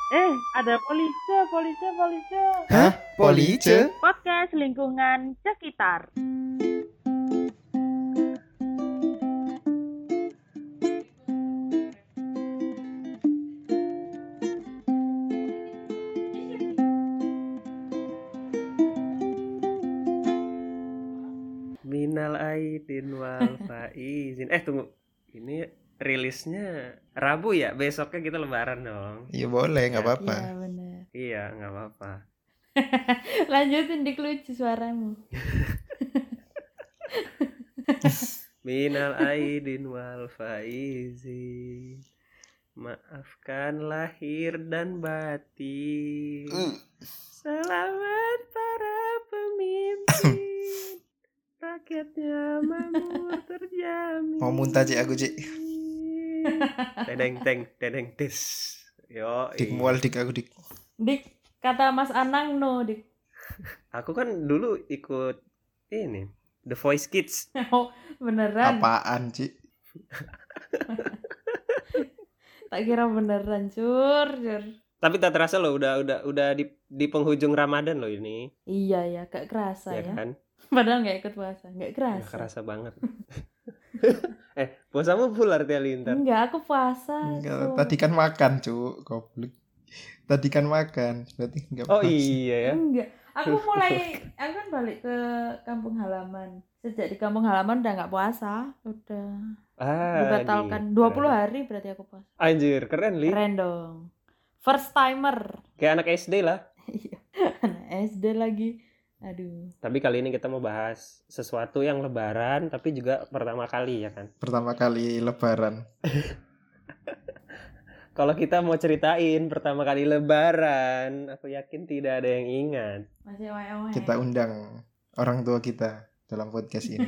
Ada Police, Police, Police. Hah? Police? Podcast lingkungan sekitar. Minal aidin wal faizin. Tunggu. Ini rilisnya Rabu ya? Besoknya kita lebaran dong. Ya boleh, nggak apa-apa. Iya benar. Iya, nggak apa-apa. Lanjutin dik, lucu suaramu. Minal aidin wal faizin. Maafkan lahir dan batin. Selamat para pemimpin. Rakyatnya makmur terjamin. Mau muntah Cik aku Cik. Tedeng des. Yo. Dik mual dik aku dik. Dik, kata Mas Anang no dik. Aku kan dulu ikut ini The Voice Kids. Oh beneran. Apaan Cik? Tak kira beneran cur. Tapi tak terasa loh udah di penghujung Ramadan loh ini. Iya ya, gak kerasa ya. Kan? Padahal gak ikut puasa, gak Nggak kerasa. kerasa banget. Puasamu full arti Alintar. Enggak, aku puasa. Enggak, tadi kan makan Cuk, goblok. Tadi kan makan, berarti enggak Oh puasa. iya ya. Enggak, aku kan balik ke kampung halaman. Sejak di kampung halaman udah gak puasa. Udah dibatalkan 20 hari berarti aku puasa. Anjir, keren Li. Keren dong. First timer. Kayak anak SD lah. Iya, anak SD lagi. Aduh. Tapi kali ini kita mau bahas sesuatu yang lebaran tapi juga pertama kali ya kan. Pertama kali lebaran. Kalau kita mau ceritain pertama kali lebaran, aku yakin tidak ada yang ingat. Masih oe-oe. Kita undang orang tua kita dalam podcast ini.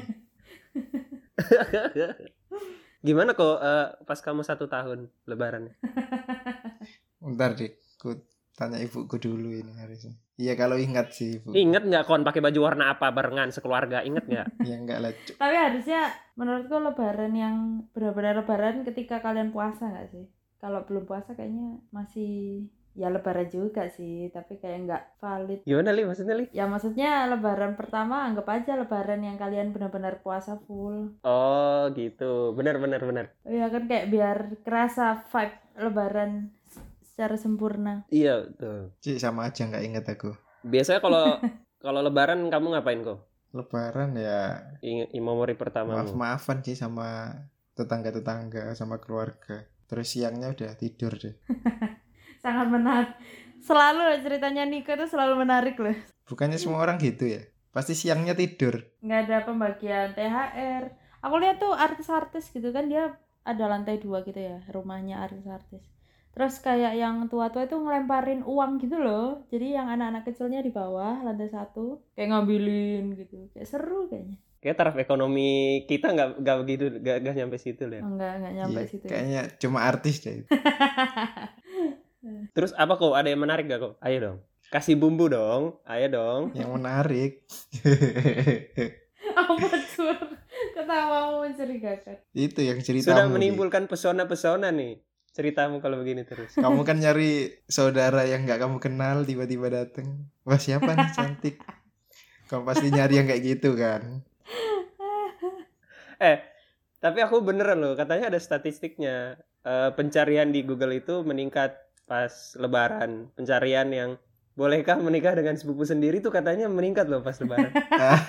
Gimana kok pas kamu 1 tahun lebaran? Bentar dik, ku tanya ibuku dulu ini harusnya. Iya kalau ingat sih ibu. Ingat nggak kon pakai baju warna apa barengan sekeluarga? Ingat nggak? Ya enggak lah Cuk. Tapi harusnya menurutku lebaran yang benar-benar lebaran ketika kalian puasa nggak sih? Kalau belum puasa kayaknya masih ya lebaran juga sih, tapi kayak nggak valid. Gimana Li? Maksudnya Li? Ya maksudnya lebaran pertama anggap aja lebaran yang kalian benar-benar puasa full. Oh gitu, benar. Ya kan kayak biar kerasa vibe lebaran secara sempurna. Iya betul. Cik sama aja enggak ingat aku. Biasanya kalau lebaran kamu ngapain kok? Lebaran ya Memori pertamamu. maaf-maafan sih sama tetangga-tetangga, sama keluarga. Terus siangnya udah tidur deh. Sangat menarik. Selalu ceritanya Niko itu selalu menarik loh. Bukannya semua orang gitu ya? Pasti siangnya tidur. Nggak ada pembagian THR. Aku lihat tuh artis-artis gitu kan, dia ada lantai 2 gitu ya, rumahnya artis-artis. Terus kayak yang tua-tua itu ngelemparin uang gitu loh. Jadi yang anak-anak kecilnya di bawah lantai 1 kayak ngambilin gitu. Kayak seru kayaknya. Kayak taraf ekonomi kita nggak begitu, nggak nyampe situ deh. Enggak nyampe Iya, situ. kayaknya cuma artis deh. Terus apa kok? Ada yang menarik gak kok? Ayo dong. Kasih bumbu dong. Ayo dong. Yang menarik. Apa tuh? Ketawamu mencurigakan. Itu yang ceritamu. Sudah Dik. menimbulkan pesona-pesona nih. Ceritamu kalau begini terus. Kamu kan nyari saudara yang nggak kamu kenal tiba-tiba dateng. Wah siapa nih cantik? Kamu pasti nyari yang kayak gitu kan? Tapi aku beneran loh. Katanya ada statistiknya. Pencarian di Google itu meningkat pas lebaran. Pencarian yang bolehkah menikah dengan sepupu sendiri tuh katanya meningkat loh pas lebaran.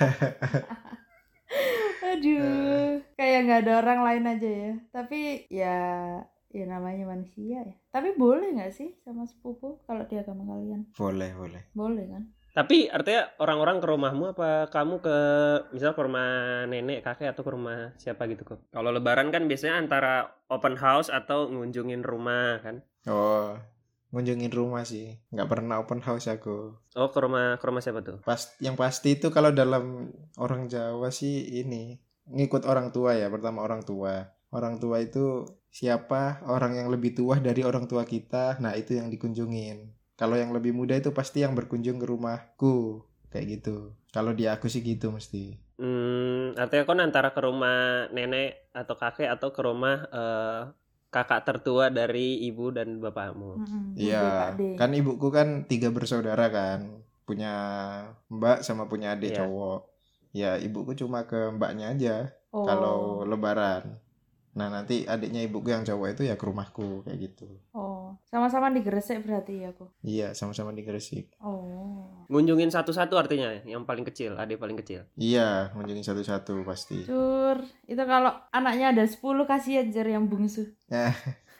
Aduh, kayak nggak ada orang lain aja ya. Tapi ya namanya manusia ya. Tapi boleh nggak sih sama sepupu kalau di agama kalian? Boleh. Boleh kan? Tapi artinya orang-orang ke rumahmu apa kamu misal ke rumah nenek, kakek atau ke rumah siapa gitu kok? Kalau lebaran kan biasanya antara open house atau ngunjungin rumah kan? Oh, ngunjungin rumah sih. Nggak pernah open house aku. Oh, ke rumah siapa tuh? Yang pasti itu kalau dalam orang Jawa sih ini ngikut orang tua ya. Pertama orang tua. Orang tua itu siapa? Orang yang lebih tua dari orang tua kita. Nah itu yang dikunjungin. Kalau yang lebih muda itu pasti yang berkunjung ke rumahku. Kayak gitu. Kalau di aku sih gitu mesti. Artinya kon antara ke rumah nenek atau kakek atau ke rumah kakak tertua dari ibu dan bapakmu. Bude, Iya, Pakde. kan ibuku kan 3 bersaudara kan, punya mbak sama punya adik Iya. cowok. Ya ibuku cuma ke mbaknya aja Oh. kalau lebaran. Nah nanti adiknya ibuku yang cowok itu ya ke rumahku kayak gitu. Oh, sama-sama di Gresik berarti ya, kok. Iya, sama-sama di Gresik. Oh. Ngunjungin satu-satu artinya, yang paling kecil, adik paling kecil. Iya, ngunjungin satu-satu pasti. Cur, itu kalau anaknya ada 10 kasihan Jur yang bungsu. Ya.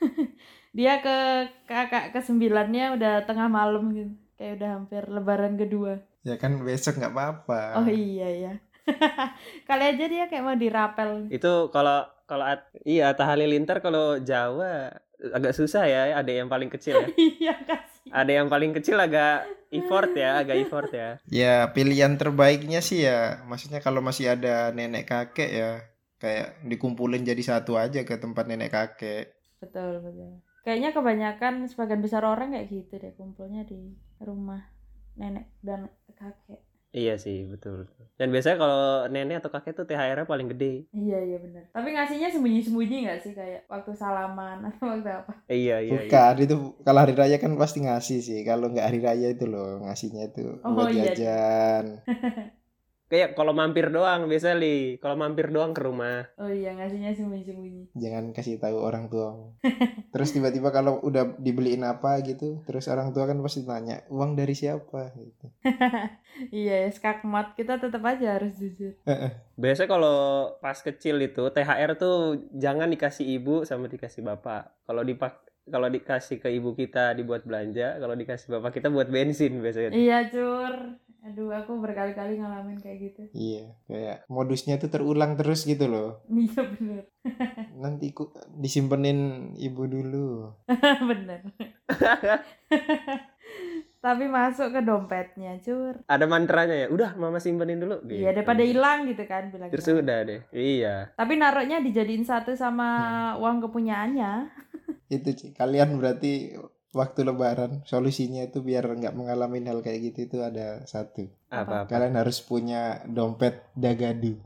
Dia ke kakak ke-9-nya udah tengah malam gitu. Kayak udah hampir lebaran kedua. Ya kan besok nggak apa-apa. Oh iya ya. Kali aja dia kayak mau dirapel. Itu kalau iya Atta Halilintar kalau Jawa agak susah ya, ada yang paling kecil ya. Iya kasih. Ada yang paling kecil agak effort ya. Ya pilihan terbaiknya sih ya, maksudnya kalau masih ada nenek kakek ya, kayak dikumpulin jadi satu aja ke tempat nenek kakek. Betul. Kayaknya kebanyakan sebagian besar orang kayak gitu deh, kumpulnya di rumah nenek dan kakek. Iya sih, betul. Dan biasanya kalau nenek atau kakek tuh THR-nya paling gede. Iya benar. Tapi ngasihnya sembunyi-sembunyi nggak sih, kayak waktu salaman atau waktu apa? Iya. Bukan, itu kalau hari raya kan pasti ngasih sih. Kalau nggak hari raya itu loh, ngasihnya itu Oh, buat iya. jajan. Kayak kalau mampir doang biasa Li. Kalau mampir doang ke rumah. Oh iya, ngasihnya sembunyi-sembunyi. Jangan kasih tahu orang tua. Terus tiba-tiba kalau udah dibeliin apa gitu, terus orang tua kan pasti tanya, uang dari siapa gitu. Iya, skakmat kita tetap aja harus jujur. Biasanya kalau pas kecil itu THR tuh jangan dikasih ibu sama dikasih bapak. Kalau dikasih ke ibu kita dibuat belanja, kalau dikasih bapak kita buat bensin biasanya. Iya, Cur. Aduh, aku berkali-kali ngalamin kayak gitu. Iya, kayak modusnya tuh terulang terus gitu loh. Iya bener. Nanti disimpenin ibu dulu. Bener. Tapi masuk ke dompetnya, Cur. Ada mantranya ya. Udah, mama simpenin dulu. Iya, daripada hilang gitu kan bilang. Terus udah deh. Iya. Tapi naruhnya dijadiin satu sama uang kepunyaannya. Itu kalian berarti waktu lebaran solusinya itu biar nggak mengalami hal kayak gitu itu ada satu. Apa? Kalian harus punya dompet dagadu.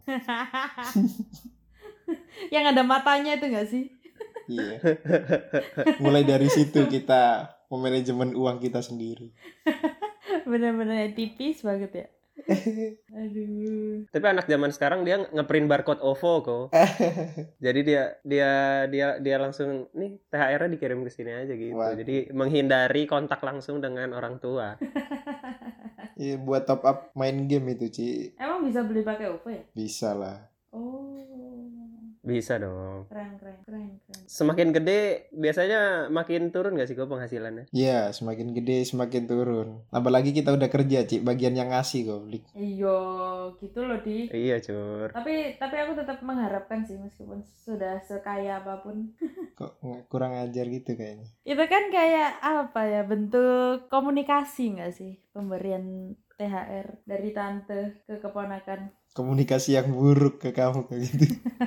Yang ada matanya itu nggak sih? Iya. Mulai dari situ kita memanajemen uang kita sendiri. Bener-bener tipis banget ya. Aduh. Tapi anak zaman sekarang dia ngeprint barcode OVO kok. Jadi dia langsung nih THR-nya dikirim ke sini aja gitu. Wah. Jadi menghindari kontak langsung dengan orang tua. Iya, buat top up main game itu, Ci. Emang bisa beli pakai OVO ya? Bisa lah. Oh. Bisa dong. Keren. Semakin gede biasanya makin turun gak sih kok penghasilannya? Iya, semakin gede semakin turun. Apalagi kita udah kerja, Ci, bagian yang ngasih kok. Iya, gitu loh, Di. Iya, Cur. Tapi aku tetap mengharapkan sih meskipun sudah sekaya apapun. Kok kurang ajar gitu kayaknya. Itu kan kayak apa ya, bentuk komunikasi nggak sih, pemberian THR dari tante ke keponakan. Komunikasi yang buruk ke kamu kayak gitu.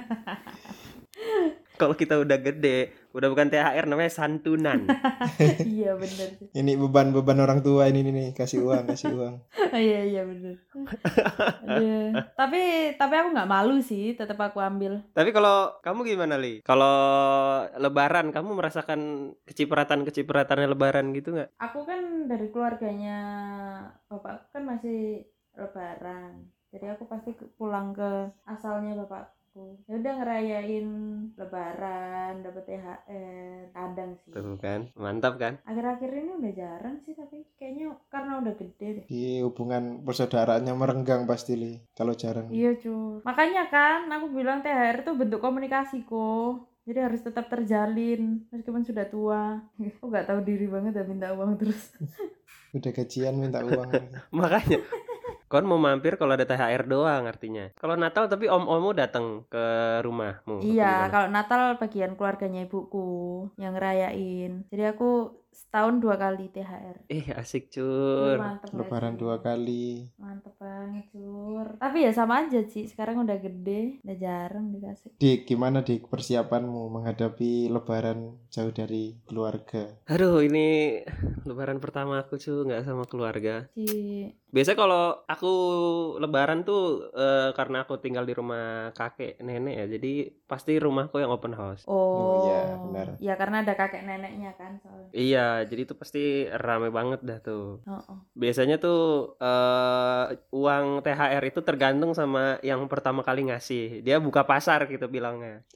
Kalau kita udah gede, udah bukan THR namanya santunan. Iya bener sih. Ini beban-beban orang tua ini nih, kasih uang. Iya bener. Aduh. Tapi aku nggak malu sih, tetap aku ambil. Tapi kalau kamu gimana, Li? Kalau lebaran kamu merasakan kecipratannya lebaran gitu nggak? Aku kan dari keluarganya bapakku kan masih lebaran. Jadi aku pasti pulang ke asalnya bapakku. Ya udah ngerayain lebaran, dapet THR, kadang sih. Tuh kan, mantap kan? Akhir-akhir ini udah jarang sih, tapi kayaknya karena udah gede deh. Iya, hubungan persaudaraannya merenggang pasti, Li. Kalau jarang. Iya cuy. Makanya kan aku bilang THR itu bentuk komunikasi kok. Jadi harus tetap terjalin meskipun sudah tua. Aku gak tahu diri banget dan minta uang terus. Udah gajian minta uang. Makanya kon mau mampir kalau ada THR doang artinya. Kalau Natal tapi om-ommu datang ke rumahmu. Iya, kalau Natal bagian keluarganya ibuku yang ngerayain. Jadi aku setahun 2 kali THR. Asik cur. Mantep gak Lebaran sih? 2 kali. Mantep banget Cur. Tapi ya sama aja sih, sekarang udah gede, udah jarang dikasih. Dik, gimana Dik persiapanmu menghadapi lebaran jauh dari keluarga? Aduh, ini lebaran pertama aku cuy, nggak sama keluarga. Si Biasanya kalau aku lebaran tuh karena aku tinggal di rumah kakek nenek ya, jadi pasti rumahku yang open house. Oh, iya, benar. Ya karena ada kakek neneknya kan soalnya. Iya, jadi itu pasti rame banget dah tuh. Oh. Biasanya tuh uang THR itu tergantung sama yang pertama kali ngasih. Dia buka pasar gitu bilangnya.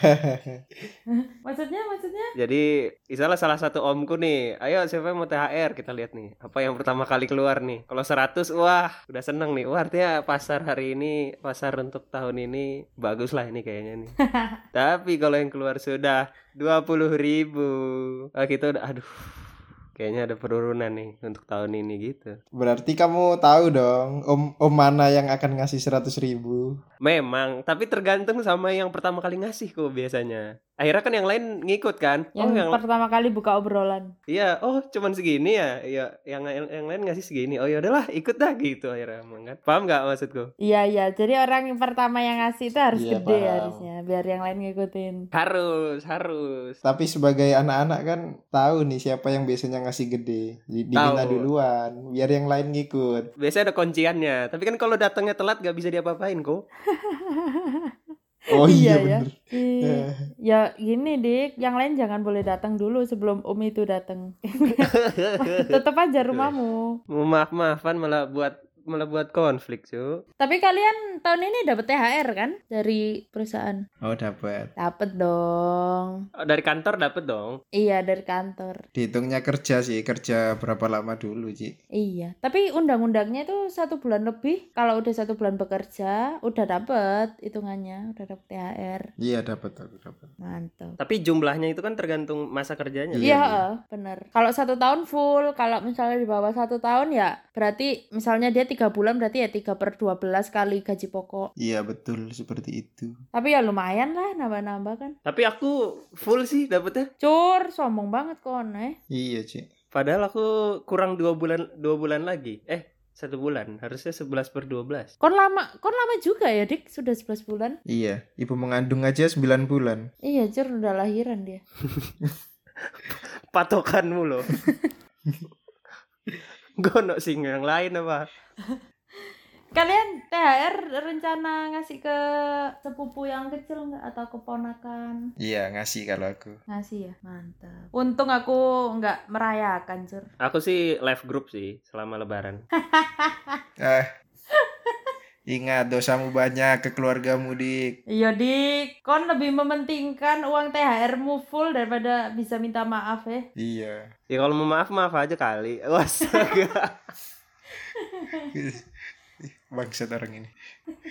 Maksudnya? Jadi misalnya salah satu omku nih, ayo siapa yang mau THR, kita lihat nih apa yang pertama kali keluar nih. Kalau 100, wah udah seneng nih. Wah, artinya pasar hari ini, pasar untuk tahun ini bagus lah ini kayaknya nih. Tapi kalau yang keluar sudah 20.000, gitu udah, aduh, kayaknya ada penurunan nih untuk tahun ini gitu. Berarti kamu tahu dong om mana yang akan ngasih 100.000. Memang, tapi tergantung sama yang pertama kali ngasih kok biasanya. Akhirnya kan yang lain ngikut kan? Yang pertama kali buka obrolan. Iya, cuman segini ya. Iya, yang lain ngasih segini. Oh ya udahlah, ikut dah gitu akhirnya emang kan. Paham enggak maksudku? Iya. Jadi orang yang pertama yang ngasih itu harus Iya, gede paham. harusnya, biar yang lain ngikutin. Harus. Tapi sebagai anak-anak kan tahu nih siapa yang biasanya ngasih gede. Dibina Tahu. duluan, biar yang lain ngikut. Biasanya ada kunciannya. Tapi kan kalau datangnya telat gak bisa diapa-apain kok. Oh iya, ya. bener. Ya gini Dik, yang lain jangan boleh datang dulu sebelum Om itu datang. Tetap aja rumahmu. Mau maaf-maafan malah buat konflik, cu. Tapi kalian tahun ini dapat THR kan dari perusahaan? Oh, dapat. Dapat dong. Dari kantor dapet dong. Iya, dari kantor. Dihitungnya kerja sih, kerja berapa lama dulu, Ci? Iya, tapi undang-undangnya itu 1 bulan lebih. Kalau udah 1 bulan bekerja, udah dapet hitungannya, udah dapet THR. Iya, dapat. Mantap. Tapi jumlahnya itu kan tergantung masa kerjanya. Iya, bener. Kalau 1 tahun full, kalau misalnya di bawah 1 tahun ya berarti misalnya dia 3 bulan berarti ya 3/12 kali gaji pokok. Iya, betul seperti itu. Tapi ya lumayan lah nambah-nambah kan. Tapi aku full sih dapetnya. Cur, sombong banget kon Iya, Ci. Padahal aku kurang 2 bulan lagi. 1 bulan. Harusnya 11/12. Kon lama juga ya Dik, sudah 11 bulan. Iya, ibu mengandung aja 9 bulan. Iya, Cur, udah lahiran dia. Patokanmu loh. Gono sing yang lain apa? Kalian THR rencana ngasih ke sepupu yang kecil nggak atau keponakan? Iya, ngasih kalau aku. Ngasih ya, mantap. Untung aku nggak merayakan, Cur. Aku sih live group sih selama lebaran. Ingat dosamu banyak ke keluargamu, Dik. Iya Dik, kon lebih mementingkan uang THR-mu full daripada bisa minta maaf ya. Iya. Ya kalau mau maaf aja kali. Astaga. Bangsat orang ini.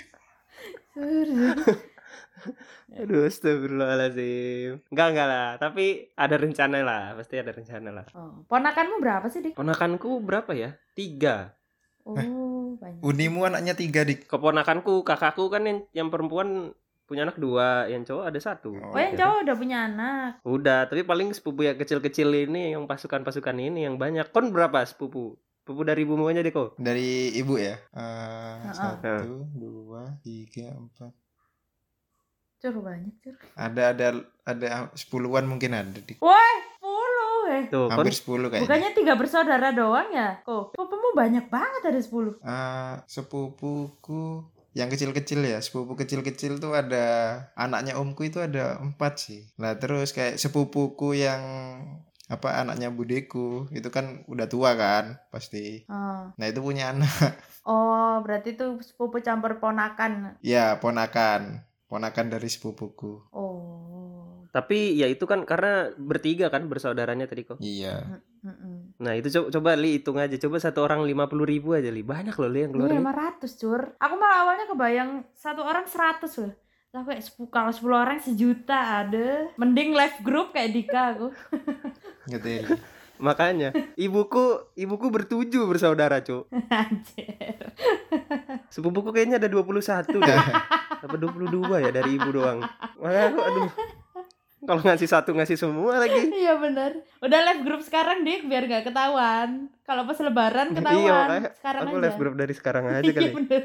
Aduh, astagfirullahaladzim. Enggak lah. Tapi ada rencana lah. Pasti ada rencana lah. Oh, ponakanmu berapa sih Dik? Ponakanku berapa ya? 3. Oh, banyak. Unimu anaknya 3, Dik. Keponakanku, kakakku kan yang perempuan punya anak 2, yang cowok ada 1. Oh, yang cowok udah punya anak. Udah, tapi paling sepupu yang kecil-kecil ini, yang pasukan-pasukan ini yang banyak. Kon berapa sepupu? Sepupu dari ibumu aja deh kok. Dari ibu ya? 1, 2, 3, 4. Cur, banyak Cur. Ada 10-an mungkin ada, Dik. Wah, 10 Tuh, kon Hampir 10 kayaknya. Bukannya 3 bersaudara doang ya? Kok, sepupumu banyak banget ada 10. Sepupuku yang kecil-kecil ya, sepupu kecil-kecil tuh ada anaknya omku itu ada 4 sih. Nah terus kayak sepupuku yang anaknya budeku itu kan udah tua kan pasti. Nah itu punya anak. Oh, berarti itu sepupu campur ponakan. Ya, ponakan dari sepupuku. Oh. tapi ya itu kan karena bertiga kan bersaudaranya tadi kok. Iya. Nah itu coba Li hitung aja. Coba satu orang 50.000 aja Li. Banyak loh Li yang keluar. Ini Li. 500 Cur. Aku malah awalnya kebayang satu orang 100 loh. Lah kayak kalau 10 orang 1 juta ada. Mending live group kayak Dika aku. Gitu. Makanya ibuku bertujuh bersaudara, Cuk. Anjir. Sepupuku kayaknya ada 21 deh. Apa 22 ya dari ibu doang. Makanya aku Kalau ngasih satu ngasih semua lagi. Iya benar. Udah live grup sekarang dik biar gak ketahuan. Kalau pas lebaran Iya ketahuan. makanya Sekarang aku aja. live grup dari sekarang aja Iya kali. bener.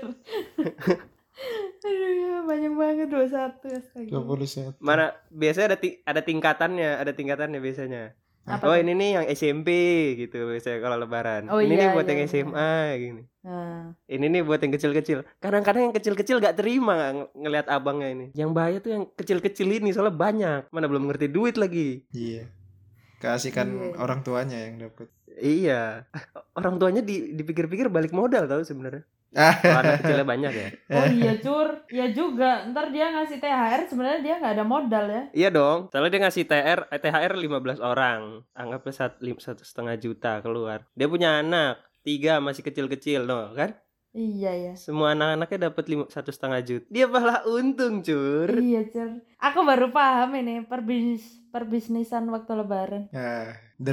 Aduh ya banyak banget 21 astaga. 21. Mana biasanya ada tingkatannya biasanya. Apa Oh tuh? ini nih yang SMP gitu biasanya kalau lebaran. Oh, ini iya, nih buat iya, yang iya. SMA gini. Nah, Ini nih buat yang kecil-kecil. Kadang-kadang yang kecil-kecil gak terima ngelihat abangnya ini. Yang bahaya tuh yang kecil-kecil ini soalnya banyak. Mana belum ngerti duit lagi. Iya. Keasikan Iya. orang tuanya yang dapat. Iya. Orang tuanya dipikir-pikir balik modal tau sebenarnya. Kalau anak kecilnya banyak ya. oh iya cur, iya juga. Ntar dia ngasih THR sebenarnya dia nggak ada modal ya. Iya dong. Soalnya dia ngasih THR 15 orang. Anggapnya 1,5 juta keluar. Dia punya anak 3 masih kecil-kecil no kan? Iya ya. Semua anak-anaknya dapat 1,5 juta. Dia malah untung, cur. Iya cur. Aku baru paham ini perbisnisan waktu lebaran. Nah, the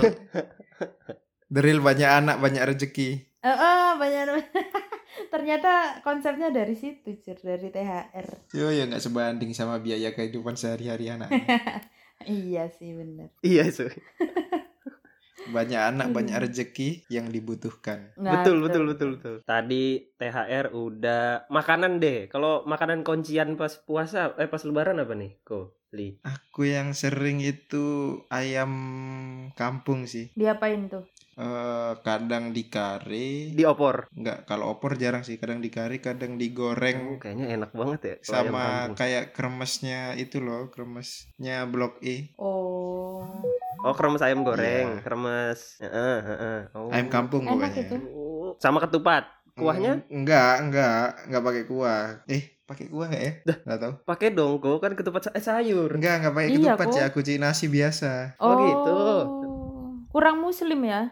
real banyak anak banyak rezeki. Banyak. Ternyata konsepnya dari situ cur, dari THR. Yo ya nggak sebanding sama biaya kehidupan sehari-hari anaknya. Iya sih bener. Iya, cuy. Banyak anak banyak rezeki yang dibutuhkan. Nah, Betul. Tadi THR udah. Makanan deh. Kalau makanan kuncian pas puasa, pas lebaran apa nih? Li. Aku yang sering itu ayam kampung sih. Diapain tuh? Kadang di kari. Di opor. Enggak, kalau opor jarang sih. Kadang di kari, kadang digoreng. Kayaknya enak banget ya. kalau ayam Sama kampung. kayak kremesnya itu loh, kremesnya Blok E. Oh, Oh, kremes ayam goreng, Iya. kremes. Oh. Ayam kampung enak pokoknya. itu. Sama ketupat. Kuahnya Enggak pakai kuah. Pakai kuah enggak ya? Enggak tahu. pakai dong, kok kan ketupat sayur. Enggak pakai Iya, ketupat kok. sih, aku cik nasi biasa. Oh, gitu. Kurang muslim ya?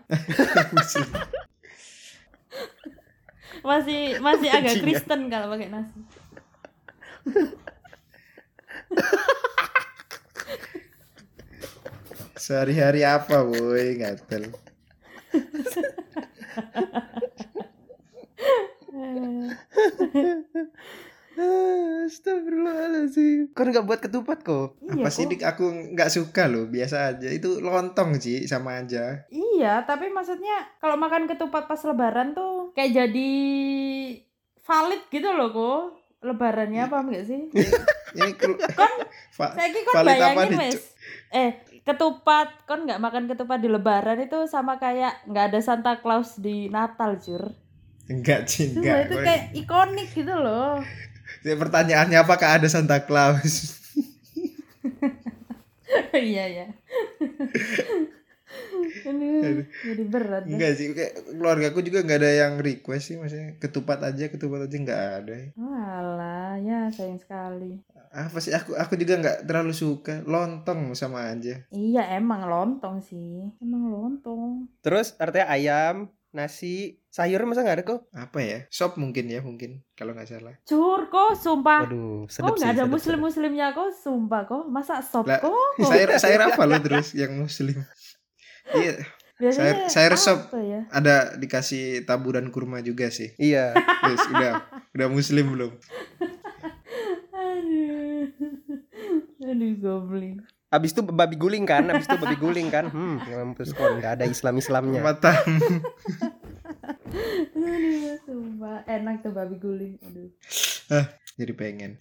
masih agak Bajingan. Kristen kalau pakai nasi. Sehari-hari apa, boy? Gatel. Astagfirullahaladzim. Kan nggak buat ketupat kok. Iya Apa sih, kok. Dik? Aku nggak suka loh, biasa aja. Itu lontong sih, sama aja. Iya, tapi maksudnya kalau makan ketupat pas lebaran tuh kayak jadi valid gitu loh kok. Lebarannya paham gak sih? Ini Saya kan valid apa bayangin nih, wes. Ketupat kon nggak makan ketupat di lebaran itu sama kayak nggak ada Santa Claus di Natal, Jur. Enggak, Cin. Cuma Enggak. itu kayak ikonik gitu loh. Pertanyaannya apakah ada Santa Claus? Iya ya. Aduh, jadi berat. dah. Enggak sih, kayak keluarga aku juga nggak ada yang request sih, maksudnya ketupat aja nggak ada. Walah, ya sayang sekali. Apa sih, aku juga nggak terlalu suka lontong, sama aja. Iya emang lontong sih, emang lontong. Terus artinya ayam, nasi, sayur masa nggak ada kok? Apa ya, sop mungkin kalau nggak salah. Cur kok, sumpah. Waduh, Kok sedep sih. nggak ada sedep, muslim-muslimnya kok, sumpah kok. Masa sop Lah, kok? sayur apa lo terus yang muslim? Iya, Biasanya sayur sop. apa ya? ada dikasih taburan kurma juga sih. sedep. Iya. Terus udah muslim belum? Aduh goblin. Abis itu babi guling kan? Mampus kon, nggak ada Islamnya. Matang. Aduh, sumpah. Enak tuh babi guling. Aduh. Jadi pengen.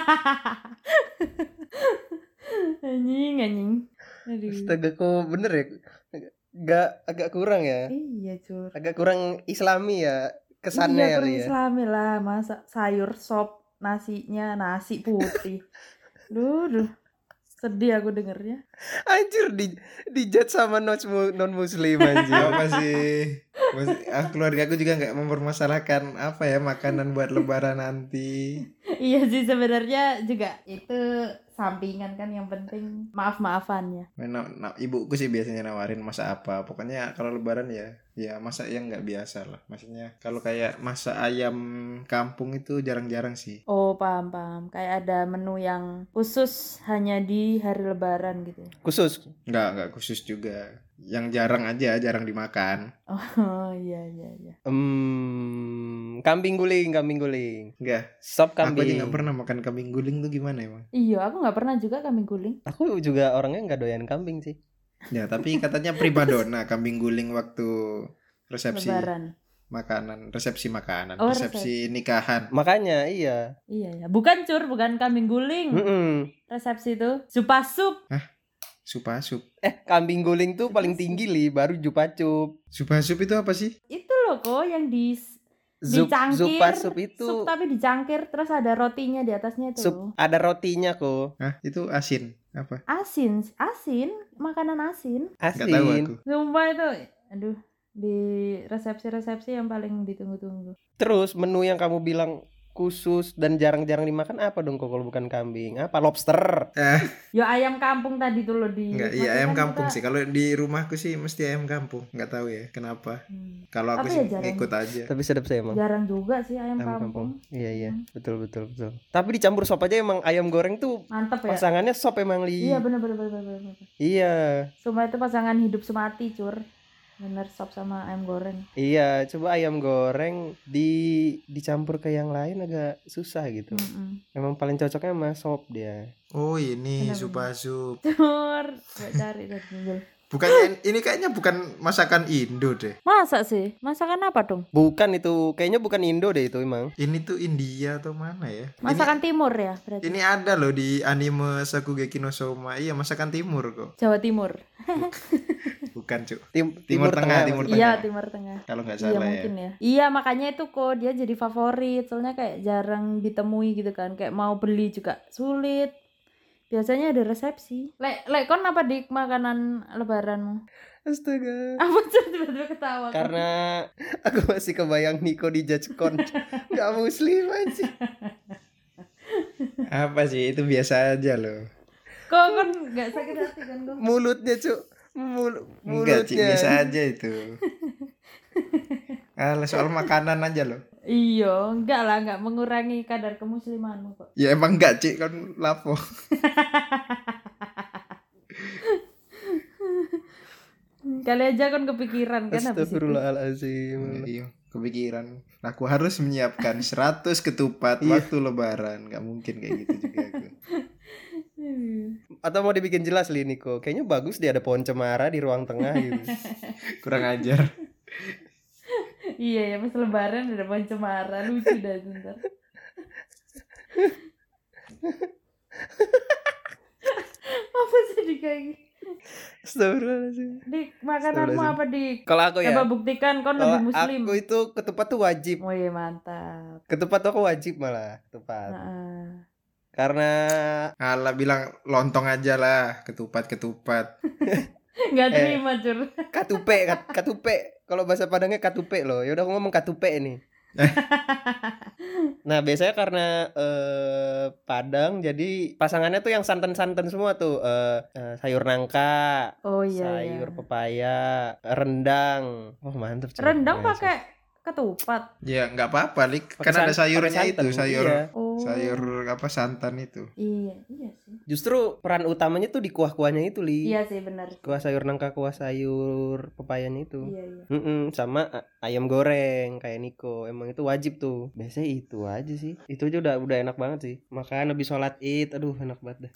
Anjing. Aduh. Astaga, kok bener ya? Agak kurang ya? Iya, Cur. Agak kurang Islami ya kesannya Iya, kali kurang ya. Islami lah. Masa sayur sop, nasinya nasi putih. Duh. Sedih aku dengernya. Anjir dijudge sama non muslim anjir. Apa sih? Keluarga aku juga nggak mempermasalahkan apa ya makanan buat lebaran nanti. Iya sih sebenarnya juga itu sampingan kan, yang penting maaf-maafannya. Ibuku sih biasanya nawarin masak apa. Pokoknya kalau lebaran ya masak yang nggak biasa lah. Maksudnya kalau kayak masak ayam kampung itu jarang-jarang sih. Oh paham. Kayak ada menu yang khusus hanya di hari lebaran gitu. Khusus. Nggak khusus juga. Yang jarang dimakan. Oh iya. Kambing guling. Enggak. Sop Aku aja kambing. nggak pernah makan kambing guling tuh gimana emang? Iya aku nggak pernah juga kambing guling. Aku juga orangnya nggak doyan kambing sih. Ya, tapi katanya primadona kambing guling waktu resepsi Lebaran. resepsi makanan, Oh, resepsi nikahan. Makanya iya. Iya ya. Bukan Cur, bukan kambing guling. Resepsi itu supasup. Supasup. Kambing guling tuh paling tinggi li, baru jupacup. Supasup itu apa sih? Itu loh kok yang Zup dicangkir. zupasup itu. Sup tapi dicangkir terus ada rotinya di atasnya itu. Sup ada rotinya kok. Hah, itu asin apa? Asin, makanan asin. Nggak tahu Asin. aku. Sumpah itu, aduh, di resepsi-resepsi yang paling ditunggu-tunggu. Terus menu yang kamu bilang khusus dan jarang-jarang dimakan apa dong kok kalau bukan kambing? Apa lobster? Ya ayam kampung tadi tuh loh di. Enggak, iya maksudnya ayam kan kampung kita- sih. Kalau di rumahku sih mesti ayam kampung. Nggak tahu ya kenapa. Kalau aku Tapi sih ya jarang. ngikut aja. Tapi sedap sih emang. Jarang juga sih ayam Ayam kampung. Iya, betul. Tapi dicampur sop aja emang ayam goreng tuh Mantep ya. pasangannya sop emang li. Iya bener. Iya. Sumpah itu pasangan hidup semati Cur. Bener sop sama ayam goreng. Iya, coba ayam goreng dicampur ke yang lain agak susah gitu. Emang paling cocoknya sama sop dia. Oh, ini Benar-benar. supasup. Cur, gue cari tadi Google. Bukannya ini kayaknya bukan masakan Indo deh. Masa sih? Masakan apa dong? Bukan itu, kayaknya bukan Indo deh itu emang. Ini tuh India atau mana ya? Masakan timur ya berarti. Ini ada loh di anime Shokugeki no Soma. Iya, masakan timur kok. Jawa Timur. Bukan, Cuk. Timur Tengah. Timur Iya Tengah. Timur Tengah. Kalau nggak Iya salah ya. mungkin ya. Iya makanya itu kok dia jadi favorit. Soalnya kayak jarang ditemui gitu kan. Kayak mau beli juga sulit. Biasanya ada resepsi. Lek kon apa di makanan lebaranmu? Astaga. Apa tuh tiba-tiba ketawa? Karena aku masih kebayang Niko di Judgecon. Gak muslim aja. Apa sih? Itu biasa aja loh. Kok kan nggak sakit hati kan kok? Mulutnya, Cuk. Enggak, Cik, Mulutnya. biasa aja itu. Soal makanan aja loh. Iya, enggak lah, enggak mengurangi kadar kemuslimanmu kok. Ya emang enggak, Cik, kan lapo. Kali aja kan kepikiran kan habis itu. Astagfirullahaladzim. Iya, kepikiran. Aku harus menyiapkan 100 ketupat waktu lebaran. Enggak mungkin kayak gitu juga aku. Atau mau dibikin jelas li Niko? Kayaknya bagus dia ada pohon cemara di ruang tengah gitu. Kurang ajar. Iya ya, pas lebaran ada pohon cemara, lucu dah sebentar. Apa sih di kayak gitu? Astagfirullahaladzim. Di makananmu apa di? Kalau aku ya, Coba buktikan kon kalau lebih muslim. aku itu ketupat tuh wajib. Oh iya mantap. Ketupat tuh aku wajib malah ketupat. Heeh. Karena Alah, bilang lontong aja lah, ketupat. Enggak terima, Cur. katupe. Kalau bahasa Padangnya katupe loh. Ya udah aku ngomong katupe nih. Nah, biasanya karena Padang jadi pasangannya tuh yang santan-santan semua tuh. Sayur nangka, Oh iya sayur iya. pepaya, rendang. Oh, mantep. cuy. Rendang Biasa. pakai ketupat. Ya enggak apa-apa, Lik. Pakai Kan ada pakai sayurnya santan, itu, sayur iya. Oh. sayur apa santan itu. Iya sih. Justru peran utamanya tuh di kuah-kuahnya itu, Li. Iya sih benar. Kuah sayur nangka, kuah sayur pepayanya itu. Iya. Sama ayam goreng kayak Niko. Emang itu wajib tuh. Biasanya itu aja sih. Itu aja udah enak banget sih. Makan lebih sholat Id. Aduh, enak banget dah.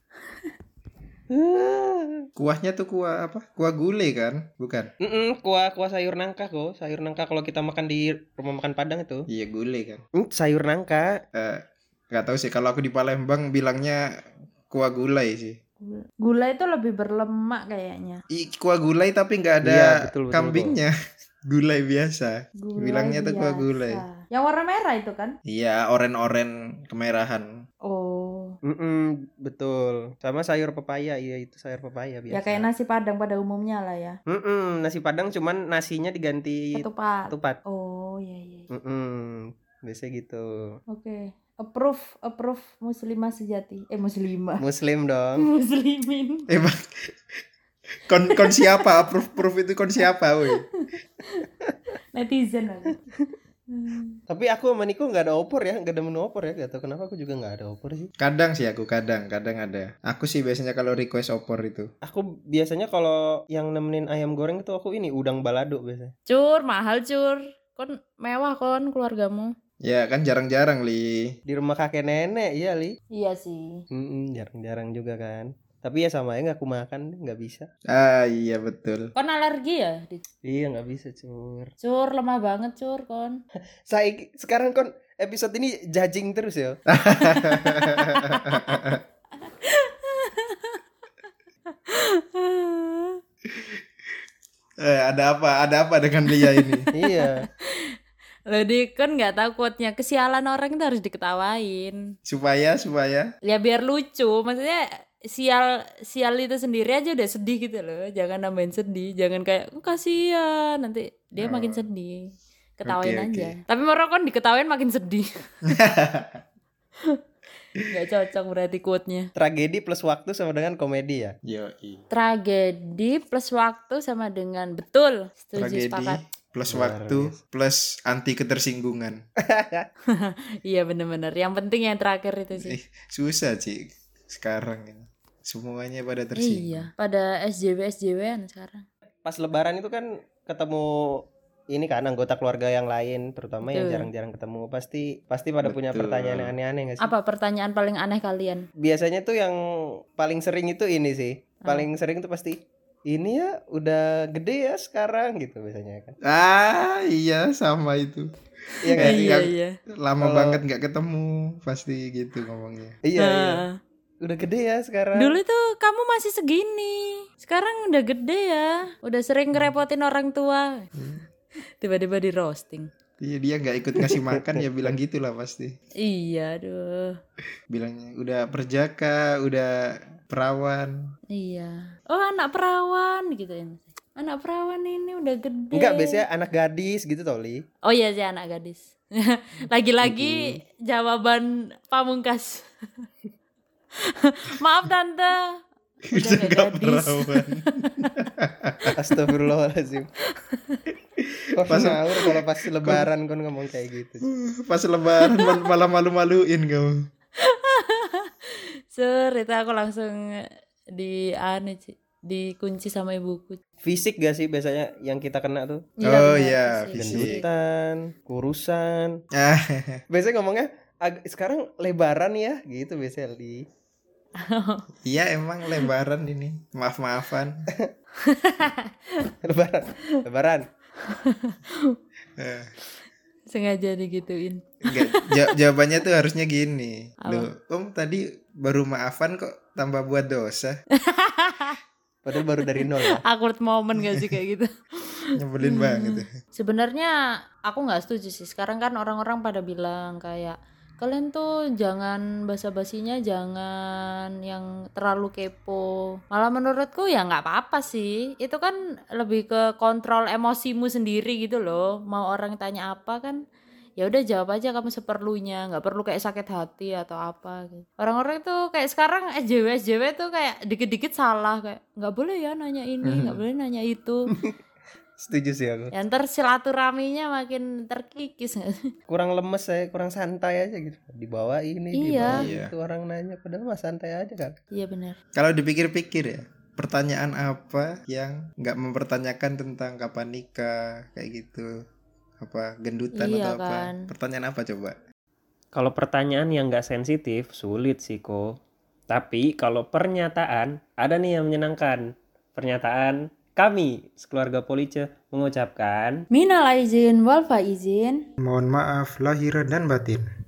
Kuahnya tuh kuah apa? Kuah gulai kan? Bukan? Kuah sayur nangka kok. Sayur nangka kalau kita makan di rumah makan Padang itu. Iya, gulai kan. Sayur nangka. Nggak tahu sih, kalau aku di Palembang bilangnya kuah gulai sih. Gula itu lebih berlemak kayaknya. Kuah gulai tapi nggak ada Iya, betul, kambingnya. Gulai biasa. Gulai Bilangnya tuh kuah biasa. gulai. Yang warna merah itu kan? Iya, oren-oren kemerahan. Oh. Betul. Sama sayur pepaya. Iya, itu sayur pepaya biasa. Ya kayak nasi Padang pada umumnya lah ya. Nasi Padang cuman nasinya diganti Ketupat. ketupat. Oh iya. Biasanya gitu. Oke. Approve muslimah sejati. Muslimah. Muslim dong. Muslimin. Emang kon siapa? Proof itu kon siapa, woi? Netizen aku. Tapi aku sama Niko gak ada opor ya. Gak ada menu opor ya. Gak tau kenapa aku juga gak ada opor sih. Kadang sih aku, kadang ada. Aku sih biasanya kalau request opor itu. Aku biasanya kalau yang nemenin ayam goreng itu aku ini udang balado biasanya. Cur, mahal cur. Kon mewah kon keluargamu. Ya kan jarang-jarang Li. Di rumah kakek nenek, iya Li. Iya sih. Jarang-jarang juga kan. Tapi ya sama aja aku makan, nggak bisa. Ah iya betul. Kon alergi ya? Iya nggak bisa Cur. Cur, lemah banget Cur, kon. Sekarang kon episode ini judging terus ya. Ada apa dengan Lia ini? Iya. Loh di kan nggak tahu quote-nya, kesialan orang itu harus diketawain. supaya Ya biar lucu, maksudnya sial itu sendiri aja udah sedih gitu loh. Jangan nambahin sedih, jangan kayak kasihan, nanti dia makin sedih. Ketawain Oke, aja. Tapi merokok diketawain makin sedih. Nggak cocok berarti quote-nya. Tragedi plus waktu sama dengan komedi ya. Yoi. Tragedi plus waktu sama dengan betul. Setuju, Tragedi sepakat. plus Luar waktu plus anti ketersinggungan. Iya bener-bener. Yang penting yang terakhir itu sih. Susah Ci sekarang ini. Semuanya pada tersinggung. Iya, pada SJW-an sekarang. Pas lebaran itu kan ketemu ini kan anggota keluarga yang lain, terutama yang Betul. jarang-jarang ketemu. Pasti pada punya Betul. pertanyaan yang aneh-aneh gak sih? Apa pertanyaan paling aneh kalian? Biasanya tuh yang paling sering itu ini sih. Paling sering tuh pasti ini ya udah gede ya sekarang gitu biasanya kan. Ah iya sama itu. Iya nggak sih? Iya. Lama Kalau- banget nggak ketemu pasti gitu ngomongnya. Iya, iya. Nah, Udah gede ya sekarang. dulu tuh kamu masih segini. Sekarang udah gede ya. Udah sering ngerepotin orang tua. Tiba-tiba di roasting. Iya dia nggak ikut ngasih makan ya bilang gitulah pasti. Iya, aduh. Bilangnya udah perjaka, udah perawan. Iya. Oh, anak perawan gitu ya. Anak perawan ini udah gede. Enggak, biasanya anak gadis gitu tau Li. Oh iya sih anak gadis. Lagi-lagi jawaban pamungkas. Maaf tante. Udah nggak gadis. perawan. Astagfirullahaladzim. Kok ngawur kalau pas lebaran kon ngomong kayak gitu. Pas lebaran malah malu-maluin kamu. Sur, itu aku langsung dikunci sama ibuku. Fisik gak sih biasanya yang kita kena tuh? Oh, benar, iya, fisik. fisik. Gendutan, kurusan. Ah, Biasanya ngomongnya sekarang lebaran ya gitu biasanya Li. iya emang lebaran ini. Maaf-maafan. Lebaran. Eh, Sengaja digituin. enggak, jawabannya tuh harusnya gini. Apa? Loh, Om tadi baru maafan kok tambah buat dosa. Padahal baru dari nol ya. Awkward moment gak sih kayak gitu? Nyebelin banget. Sebenarnya aku nggak setuju sih. Sekarang kan orang-orang pada bilang kayak kalian tuh jangan basa-basinya jangan yang terlalu kepo. Malah menurutku ya nggak apa-apa sih. Itu kan lebih ke kontrol emosimu sendiri gitu loh. Mau orang tanya apa kan ya udah jawab aja kamu seperlunya, nggak perlu kayak sakit hati atau apa gitu. Orang-orang itu kayak sekarang SJW tuh kayak dikit-dikit salah kayak nggak boleh ya nanya ini, nggak boleh nanya itu. Setuju sih aku. Ya ntar silaturahminya makin terkikis nggak sih? Kurang lemes saya, kurang santai aja gitu. Dibawa ini, Iya. dibawa itu orang nanya padahal mah santai aja kan. Iya benar. Kalau dipikir-pikir ya, pertanyaan apa yang nggak mempertanyakan tentang kapan nikah kayak gitu, apa gendutan Iya atau apa? kan. Pertanyaan apa coba? Kalau pertanyaan yang nggak sensitif sulit sih kok. Tapi kalau pernyataan ada nih yang menyenangkan. Pernyataan kami sekeluarga Police mengucapkan Minal aizin wal faizin. Mohon maaf lahir dan batin.